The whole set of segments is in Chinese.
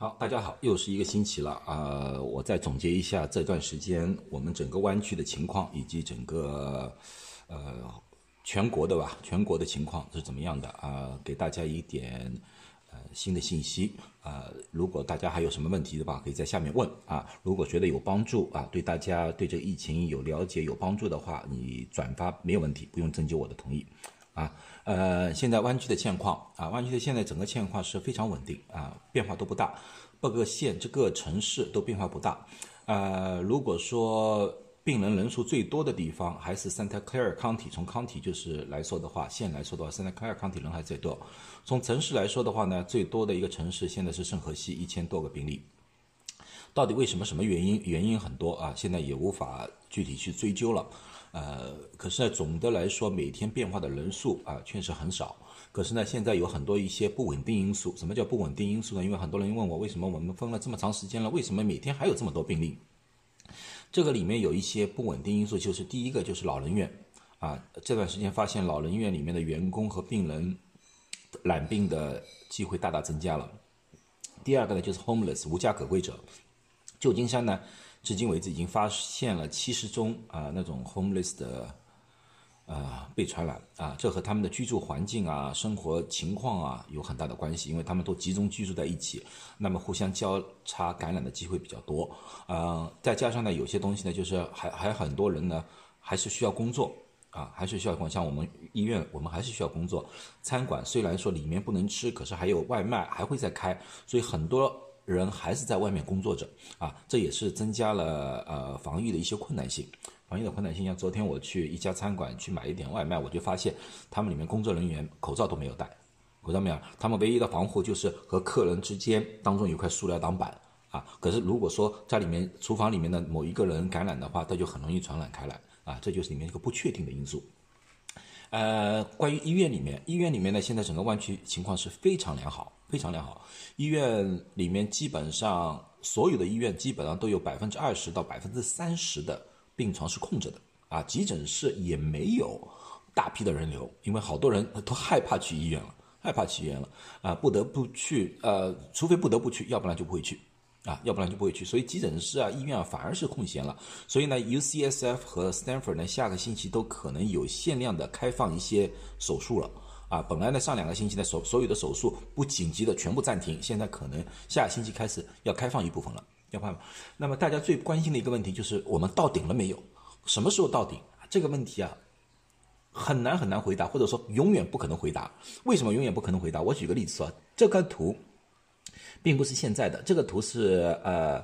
好，大家好，又是一个星期了我再总结一下这段时间我们整个湾区的情况，以及整个全国的情况是怎么样的给大家一点新的信息如果大家还有什么问题的话，可以在下面问如果觉得有帮助对大家对这个疫情有了解有帮助的话，你转发没有问题，不用征求我的同意现在湾区的现况湾区的现在整个现况是非常稳定变化都不大，各个县这个城市都变化不大如果说病人数最多的地方还是 Santa Clara County， 从 County 就是来说的话，县来说的话 Santa Clara County 人还最多。从城市来说的话呢，最多的一个城市现在是圣荷西，1000多个病例。到底为什么原因？原因很多现在也无法具体去追究了。可是呢，总的来说，每天变化的人数确实很少。可是呢，现在有很多一些不稳定因素。什么叫不稳定因素呢？因为很多人问我，为什么我们封了这么长时间了，为什么每天还有这么多病例？这个里面有一些不稳定因素，就是第一个就是老人院这段时间发现老人院里面的员工和病人染病的机会大大增加了。第二个呢，就是 homeless 无家可归者。旧金山呢，至今为止已经发现了70宗那种 homeless 的被传染这和他们的居住环境生活情况有很大的关系，因为他们都集中居住在一起，那么互相交叉感染的机会比较多再加上呢，有些东西呢，就是还很多人呢还是需要工作还是需要像我们医院，我们还是需要工作。餐馆虽然说里面不能吃，可是还有外卖还会再开，所以很多人还是在外面工作着这也是增加了防疫的一些困难性。防疫的困难性，像昨天我去一家餐馆去买一点外卖，我就发现他们里面工作人员口罩都没有戴，他们唯一的防护就是和客人之间当中有一块塑料挡板可是如果说在里面厨房里面的某一个人感染的话，这就很容易传染开来这就是里面一个不确定的因素。关于医院里面呢，现在整个湾区情况是非常良好，非常良好。医院里面基本上所有的医院基本上都有20%到30%的病床是空着的急诊室也没有大批的人流，因为好多人都害怕去医院了，不得不去除非不得不去，要不然就不会去所以急诊室医院反而是空闲了。所以呢 UCSF 和 Stanford 呢下个星期都可能有限量的开放一些手术了本来呢上2个星期呢所有的手术不紧急的全部暂停，现在可能下个星期开始要开放一部分了。那么大家最关心的一个问题就是我们到顶了没有？什么时候到顶？这个问题很难回答，或者说永远不可能回答。为什么永远不可能回答？我举个例子这个图并不是现在的，这个图是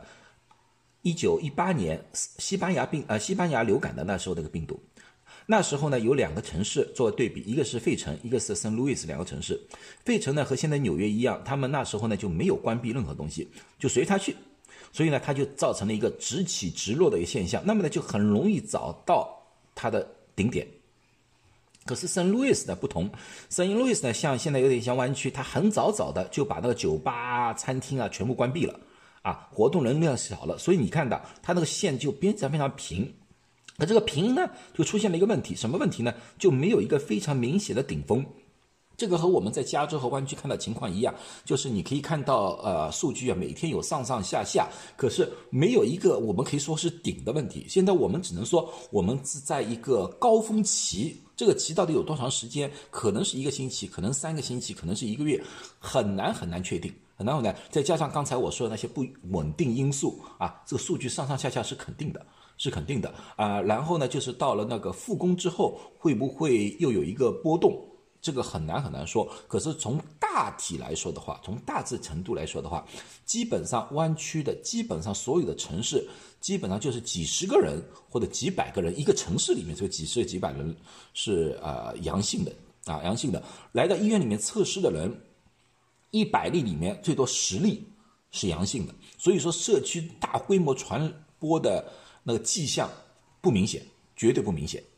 1918年西班牙流感的那时候这个病毒。那时候呢有2个城市作为对比，一个是费城，一个是圣路易斯，两个城市。费城呢和现在纽约一样，他们那时候呢就没有关闭任何东西，就随他去，所以呢它就造成了一个直起直落的一个现象，那么呢就很容易找到它的顶点。可是圣路易斯呢不同，圣路易斯呢像现在有点像湾区，它很早的就把那个酒吧餐厅全部关闭了活动人量少了，所以你看到它那个线就非常平。那这个平呢就出现了一个问题，什么问题呢？就没有一个非常明显的顶峰。这个和我们在加州和湾区看到情况一样，就是你可以看到数据每天有上下，可是没有一个我们可以说是顶的问题。现在我们只能说我们是在一个高峰期，这个期到底有多长时间？可能是1个星期，可能3个星期，可能是1个月，很难确定，很难。再加上刚才我说的那些不稳定因素这个数据上下是肯定的然后呢就是到了那个复工之后会不会又有一个波动，这个很难说。可是从大体来说的话，从大致程度来说的话，基本上湾区的基本上所有的城市基本上就是几十个人或者几百个人，一个城市里面这个几十几百人是阳性的来到医院里面测试的人100例里面最多10例是阳性的，所以说社区大规模传播的那个迹象不明显，绝对不明显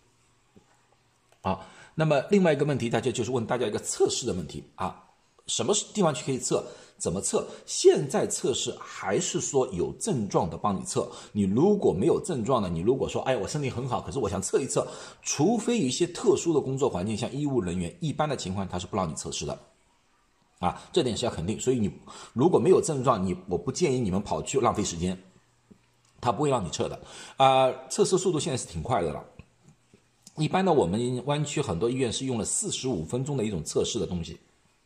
那么另外一个问题，大家就是问大家一个测试的问题什么地方去可以测？怎么测？现在测试还是说有症状的帮你测？你如果没有症状的，你如果说我身体很好，可是我想测一测，除非有一些特殊的工作环境，像医务人员，一般的情况他是不让你测试的。 啊，这点是要肯定。所以你如果没有症状，我不建议你们跑去浪费时间，它不会让你测的。测试速度现在是挺快的了。一般呢，我们湾区很多医院是用了45分钟的一种测试的东西。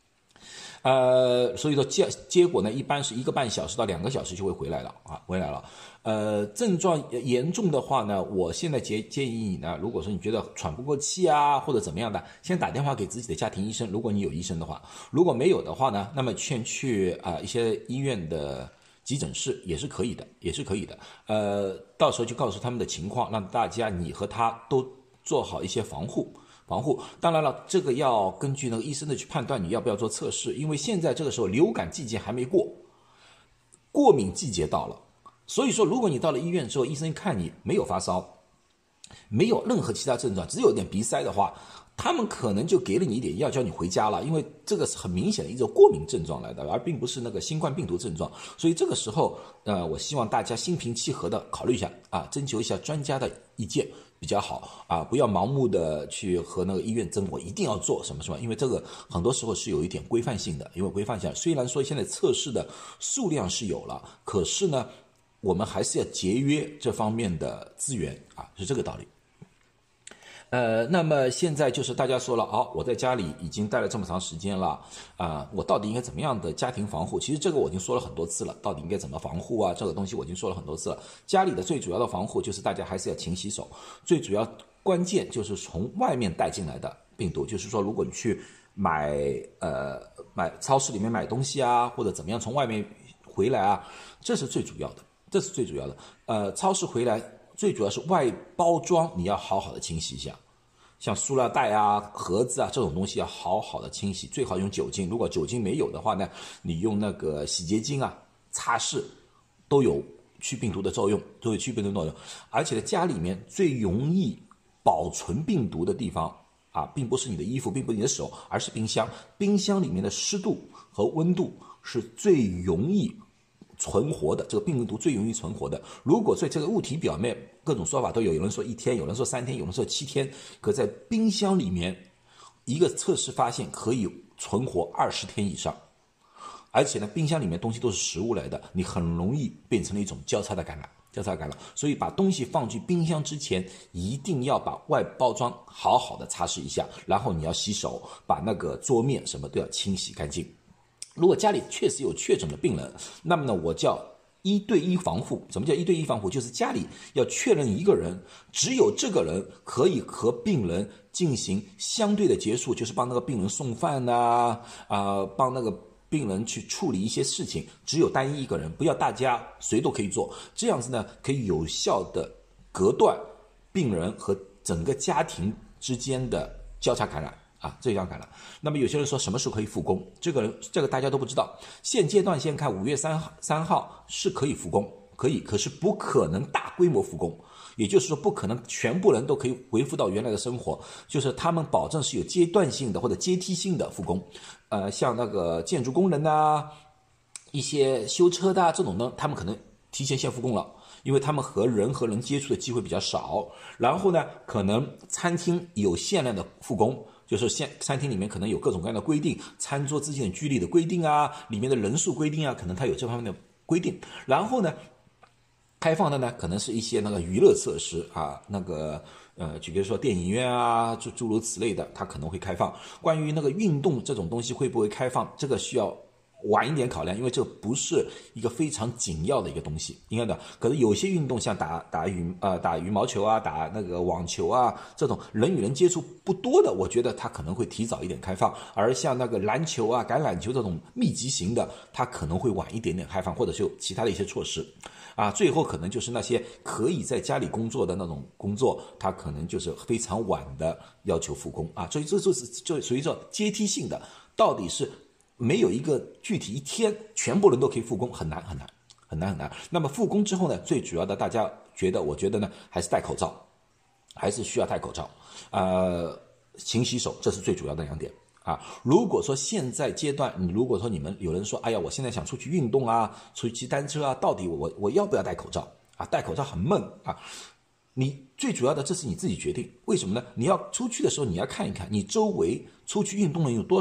所以说结果呢，一般是1个半小时到2个小时就会回来了啊，回来了。症状严重的话呢，我现在建议你呢，如果说你觉得喘不过气啊，或者怎么样的，先打电话给自己的家庭医生，如果你有医生的话。如果没有的话呢，那么去一些医院的急诊室也是可以的，也是可以的。到时候就告诉他们的情况，让大家你和他都做好一些防护。当然了，这个要根据那个医生的去判断你要不要做测试，因为现在这个时候流感季节还没过，过敏季节到了。所以说，如果你到了医院之后，医生看你没有发烧，没有任何其他症状，只有点鼻塞的话，他们可能就给了你一点药，叫你回家了，因为这个是很明显的一种过敏症状来的，而并不是那个新冠病毒症状。所以这个时候，我希望大家心平气和的考虑一下啊，征求一下专家的意见比较好啊，不要盲目的去和那个医院争，我一定要做什么什么，因为这个很多时候是有一点规范性的，因为规范性虽然说现在测试的数量是有了，可是呢，我们还是要节约这方面的资源啊，是这个道理。那么现在就是大家说了，我在家里已经待了这么长时间了，我到底应该怎么样的家庭防护？其实这个我已经说了很多次了，到底应该怎么防护啊？这个东西我已经说了很多次了。家里的最主要的防护就是大家还是要勤洗手，最主要关键就是从外面带进来的病毒，就是说如果你去买超市里面买东西啊，或者怎么样从外面回来啊，这是最主要的，这是最主要的。超市回来最主要是外包装你要好好的清洗一下。像塑料袋啊、盒子啊这种东西要好好的清洗，最好用酒精。如果酒精没有的话呢，你用那个洗洁精啊擦拭，都有去病毒的作用，都有去病毒的作用。而且呢，家里面最容易保存病毒的地方啊，并不是你的衣服，并不是你的手，而是冰箱。冰箱里面的湿度和温度是最容易存活的，这个病毒最容易存活的。如果在这个物体表面，各种说法都有，有人说1天，有人说3天，有人说7天，可在冰箱里面，一个测试发现可以存活20天以上。而且呢，冰箱里面东西都是食物来的，你很容易变成了一种交叉感染。所以把东西放进冰箱之前，一定要把外包装好好的擦拭一下，然后你要洗手，把那个桌面什么都要清洗干净。如果家里确实有确诊的病人，那么呢，我叫1对1防护。什么叫1对1防护？就是家里要确认一个人，只有这个人可以和病人进行相对的接触，就是帮那个病人送饭呐，帮那个病人去处理一些事情，只有单一一个人，不要大家谁都可以做。这样子呢，可以有效的隔断病人和整个家庭之间的交叉感染。这样感染。那么有些人说什么时候可以复工？这个大家都不知道。现阶段先看5月3号是可以复工，可是不可能大规模复工，也就是说不可能全部人都可以恢复到原来的生活，就是他们保证是有阶段性的或者阶梯性的复工。像那个建筑工人啊，一些修车的这种呢，他们可能提前先复工了。因为他们和人接触的机会比较少，然后呢，可能餐厅有限量的复工，就是餐厅里面可能有各种各样的规定，餐桌之间的距离的规定啊，里面的人数规定啊，可能它有这方面的规定。然后呢，开放的呢，可能是一些那个娱乐设施啊，那个就比如说电影院啊，诸如此类的，它可能会开放。关于那个运动这种东西会不会开放，这个需要晚一点考量，因为这不是一个非常紧要的一个东西，应该的。可是有些运动像打羽毛球啊，打那个网球啊，这种人与人接触不多的，我觉得它可能会提早一点开放。而像那个篮球啊、橄榄球这种密集型的，它可能会晚一点点开放，或者是有其他的一些措施。最后可能就是那些可以在家里工作的那种工作，它可能就是非常晚的要求复工所以这属于说阶梯性的，到底是没有一个具体一天全部人都可以复工，很难。那么复工之后呢，最主要的我觉得呢，还是戴口罩，还是需要戴口罩，勤洗手，这是最主要的2点。如果说现在阶段，如果说你们有人说，哎呀，我现在想出去运动啊，出去骑单车啊，到底我要不要戴口罩戴口罩很闷你最主要的这是你自己决定，为什么呢？你要出去的时候，你要看一看你周围出去运动的人有多少。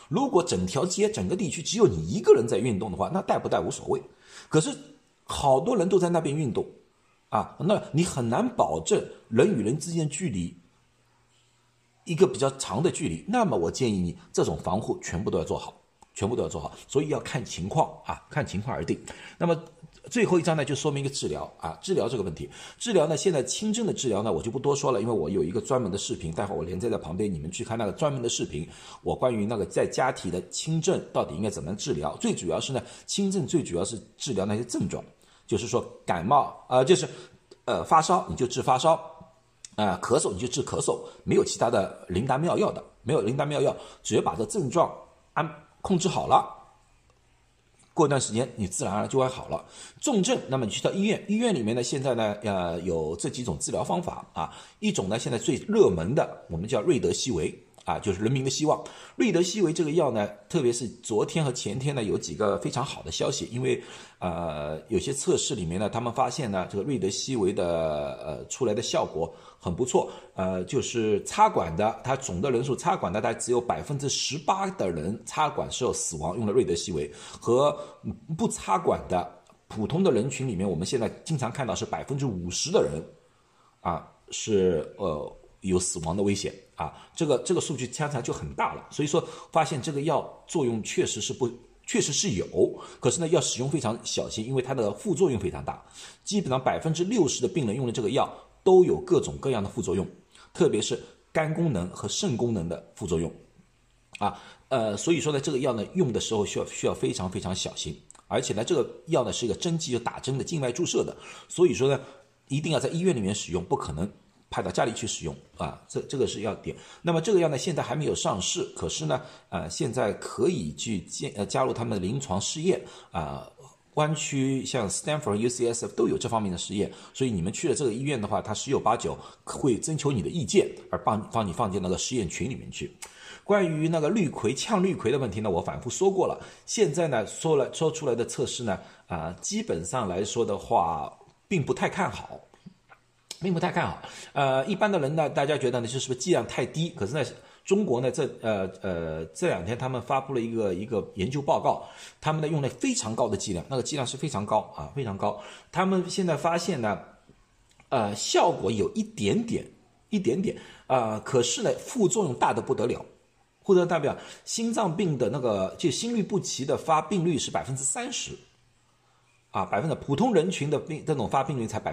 如果整条街、整个地区只有你一个人在运动的话，那带不带无所谓。可是好多人都在那边运动啊，那你很难保证人与人之间距离一个比较长的距离。那么我建议你这种防护全部都要做好，全部都要做好。所以要看情况啊，看情况而定。那么最后一章呢，就说明一个治疗啊，治疗这个问题。治疗呢，现在轻症的治疗呢，我就不多说了，因为我有一个专门的视频，待会儿我连在旁边，你们去看那个专门的视频，我关于那个在家体的轻症到底应该怎么治疗。最主要是呢，轻症最主要是治疗那些症状，就是说感冒发烧你就治发烧，咳嗽你就治咳嗽，没有其他的灵丹妙药的，没有灵丹妙药，只要把这症状控制好了。过一段时间你自然而然就会好了。重症，那么你去到医院，医院里面呢，现在呢，有这几种治疗方法啊。一种呢，现在最热门的，我们叫瑞德西韦啊，就是人民的希望。瑞德西韦这个药呢，特别是昨天和前天呢，有几个非常好的消息，因为有些测试里面呢，他们发现呢，这个瑞德西韦的出来的效果很不错，就是插管的，它总的人数插管的，大概只有18%的人插管时候死亡用了瑞德西韦，和不插管的普通的人群里面，我们现在经常看到是50%的人啊是有死亡的危险啊，这个数据相差就很大了。所以说，发现这个药作用确实是有，可是呢，要使用非常小心，因为它的副作用非常大。基本上60%的病人用了这个药都有各种各样的副作用，特别是肝功能和肾功能的副作用啊。所以说呢，这个药呢用的时候需要非常非常小心，而且呢，这个药呢是一个针剂，有打针的静脉注射的，所以说呢，一定要在医院里面使用，不可能派到家里去使用啊，这个是要点。那么这个药呢，现在还没有上市，可是呢，现在可以去加入他们的临床试验啊。湾区像 Stanford、UCSF 都有这方面的实验，所以你们去了这个医院的话，它10有8九会征求你的意见，而帮你放进那个实验群里面去。关于那个呛氯喹的问题呢，我反复说过了。现在呢，说出来的测试呢，基本上来说的话，并不太看好。一般的人呢，大家觉得呢，就是不是剂量太低？可是呢，中国呢，这2天他们发布了一个研究报告，他们呢用了非常高的剂量，那个剂量是非常高啊，非常高。他们现在发现呢，效果有一点点可是呢，副作用大的不得了。或者代表心脏病的那个就心律不齐的发病率是30%。普通人群的这种发病率才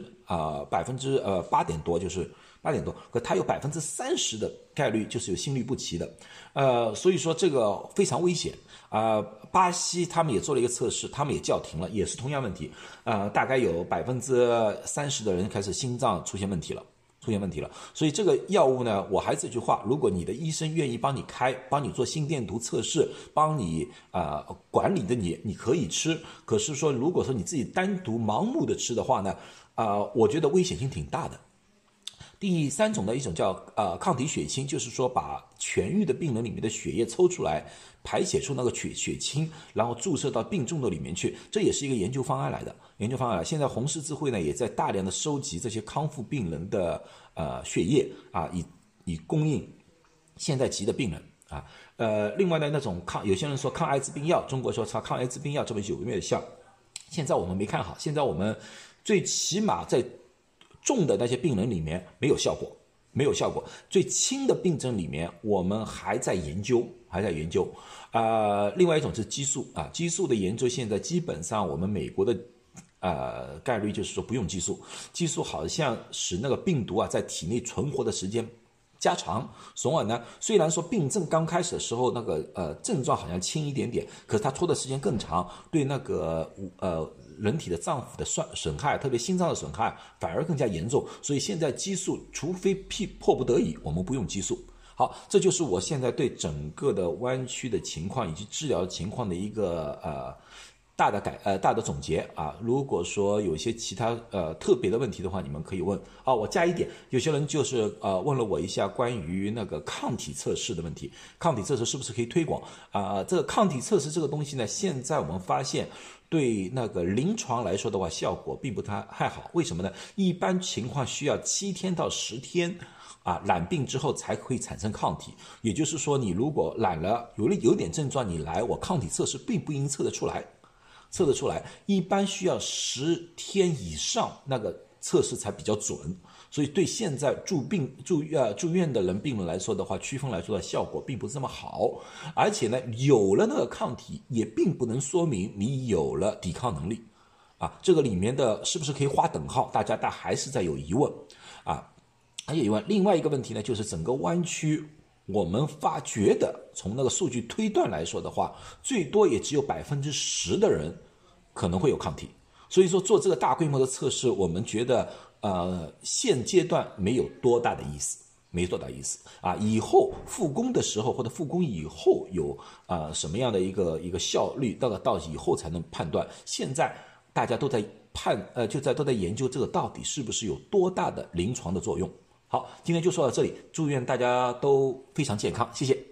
8点多，就是8点多，可它有30%的概率就是有心律不齐的，所以说这个非常危险巴西他们也做了一个测试，他们也叫停了，也是同样问题，大概有30%的人开始心脏出现问题了。所以这个药物呢，我还是这句话，如果你的医生愿意帮你开，帮你做心电图测试，帮你管理的你可以吃。可是说，如果说你自己单独盲目的吃的话呢，我觉得危险性挺大的。第3种的一种叫抗体血清，就是说把痊愈的病人里面的血液抽出来，排泄出那个血清，然后注射到病重的里面去，这也是一个研究方案来的。现在红十字会呢也在大量的收集这些康复病人的血液以供应现在急的病人另外呢，那种有些人说抗艾滋病药，中国说抗艾滋病药这么有没有效？现在我们没看好，现在我们最起码在重的那些病人里面没有效果，最轻的病症里面我们还在研究。另外一种是激素激素的研究现在基本上我们美国的概率就是说不用激素好像使那个病毒在体内存活的时间加长，从而呢，虽然说病症刚开始的时候那个症状好像轻一点点，可是它拖的时间更长，对那个人体的脏腑的损害，特别心脏的损害反而更加严重。所以现在激素除非迫不得已，我们不用激素。好，这就是我现在对整个的湾区的情况以及治疗情况的一个大的总结啊。如果说有一些其他特别的问题的话，你们可以问啊。我加一点，有些人就是问了我一下关于那个抗体测试的问题，抗体测试是不是可以推广啊？这个抗体测试这个东西呢，现在我们发现对那个临床来说的话，效果并不太好。为什么呢？一般情况需要7天到10天。染病之后才会产生抗体，也就是说，你如果染了有点症状，你来我抗体测试并不一定测得出来，一般需要10天以上那个测试才比较准。所以对现在住院的病人来说的话，区分来说的效果并不是这么好，而且呢，有了那个抗体也并不能说明你有了抵抗能力这个里面的是不是可以划等号？大家还是在有疑问还有疑问。另外一个问题呢，就是整个湾区我们发觉的，从那个数据推断来说的话，最多也只有10%的人可能会有抗体。所以说做这个大规模的测试，我们觉得现阶段没有多大的意思。以后复工的时候或者复工以后有什么样的一个效率，到以后才能判断。现在大家都在都在研究这个到底是不是有多大的临床的作用。好，今天就说到这里，祝愿大家都非常健康，谢谢。